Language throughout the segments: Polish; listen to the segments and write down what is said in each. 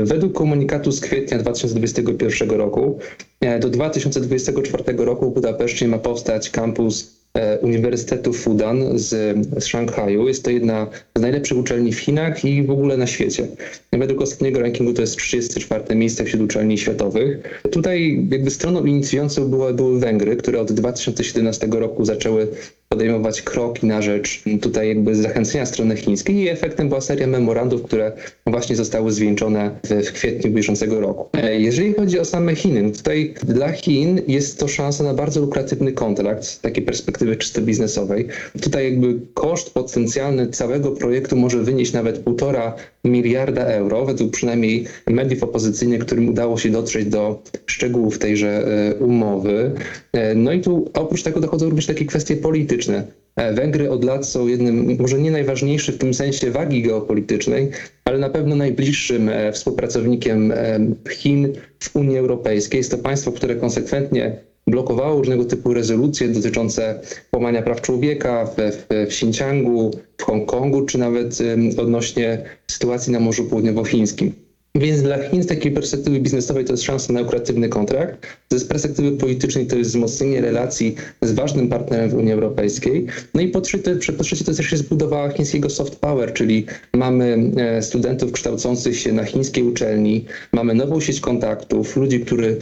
Według komunikatu z kwietnia 2021 roku do 2024 roku w Budapeszcie ma powstać kampus Uniwersytetu Fudan z Szanghaju. Jest to jedna z najlepszych uczelni w Chinach i w ogóle na świecie. Według ostatniego rankingu to jest 34. miejsce wśród uczelni światowych. Tutaj jakby stroną inicjującą były Węgry, które od 2017 roku zaczęły podejmować kroki na rzecz tutaj jakby zachęcenia strony chińskiej i efektem była seria memorandów, które właśnie zostały zwieńczone w kwietniu bieżącego roku. Jeżeli chodzi o same Chiny, tutaj dla Chin jest to szansa na bardzo lukratywny kontrakt z takiej perspektywy czysto biznesowej. Tutaj jakby koszt potencjalny całego projektu może wynieść nawet 1,5 miliarda euro, według przynajmniej mediów opozycyjnych, którym udało się dotrzeć do szczegółów tejże umowy. No i tu oprócz tego dochodzą również takie kwestie polityczne. Węgry od lat są jednym, może nie najważniejszym w tym sensie wagi geopolitycznej, ale na pewno najbliższym współpracownikiem Chin w Unii Europejskiej. Jest to państwo, które konsekwentnie blokowało różnego typu rezolucje dotyczące łamania praw człowieka w Xinjiangu, w Hongkongu, czy nawet odnośnie sytuacji na Morzu Południowochińskim. Więc dla Chin z takiej perspektywy biznesowej to jest szansa na lukratywny kontrakt. Z perspektywy politycznej to jest wzmocnienie relacji z ważnym partnerem w Unii Europejskiej. No i po trzecie to też jest budowa chińskiego soft power, czyli mamy studentów kształcących się na chińskiej uczelni, mamy nową sieć kontaktów, ludzi,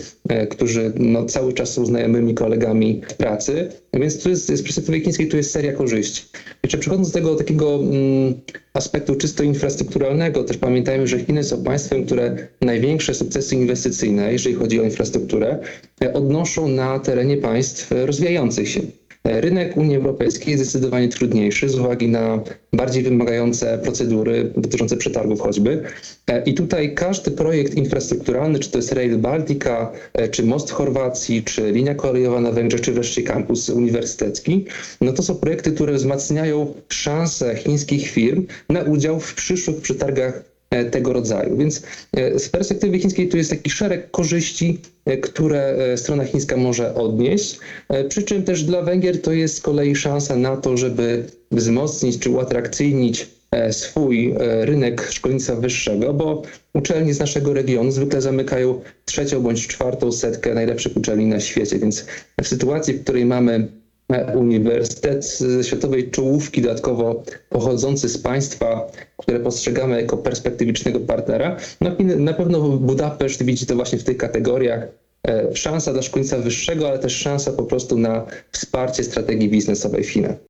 którzy cały czas są znajomymi kolegami w pracy. Więc tu jest, z perspektywy chińskiej tu jest seria korzyści. Jeszcze przechodząc do tego takiego aspektu czysto infrastrukturalnego, też pamiętajmy, że Chiny są państwem, które największe sukcesy inwestycyjne, jeżeli chodzi o infrastrukturę, odnoszą na terenie państw rozwijających się. Rynek Unii Europejskiej jest zdecydowanie trudniejszy z uwagi na bardziej wymagające procedury dotyczące przetargów choćby. I tutaj każdy projekt infrastrukturalny, czy to jest Rail Baltica, czy most w Chorwacji, czy linia kolejowa na Węgrzech, czy wreszcie kampus uniwersytecki, no to są projekty, które wzmacniają szanse chińskich firm na udział w przyszłych przetargach tego rodzaju. Więc z perspektywy chińskiej tu jest taki szereg korzyści, które strona chińska może odnieść. Przy czym też dla Węgier to jest z kolei szansa na to, żeby wzmocnić czy uatrakcyjnić swój rynek szkolnictwa wyższego, bo uczelnie z naszego regionu zwykle zamykają 3. bądź 4. setkę najlepszych uczelni na świecie. Więc w sytuacji, w której mamy uniwersytet ze światowej czołówki, dodatkowo pochodzący z państwa, które postrzegamy jako perspektywicznego partnera, na pewno Budapeszt widzi to właśnie w tych kategoriach. Szansa dla szkolnictwa wyższego, ale też szansa po prostu na wsparcie strategii biznesowej w Chinach.